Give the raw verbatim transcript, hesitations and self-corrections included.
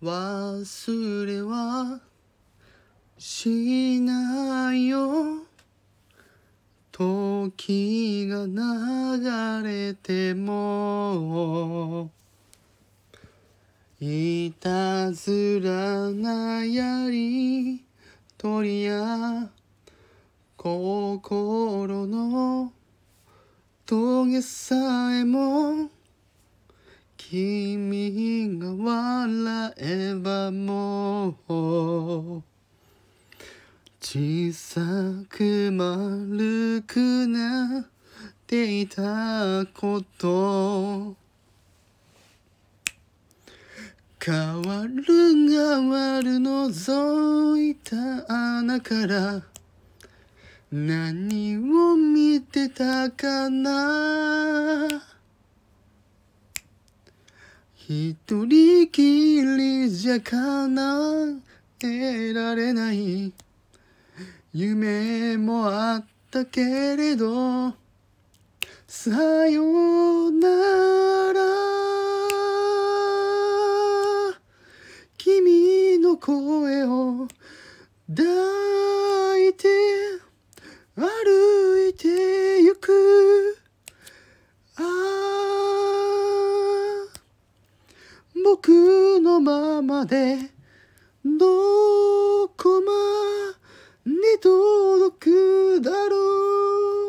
忘れはしないよ。時が流れてもいたずらなやりとりや心のトゲさえも君が笑えばもう小さく丸くなっていたこと変わる変わる覗いた穴から何を見てたかな。一人きりじゃ叶えられない夢もあったけれどさよなら君の声を抱いて歩いてゆくああ僕のままでどこまで届くだろう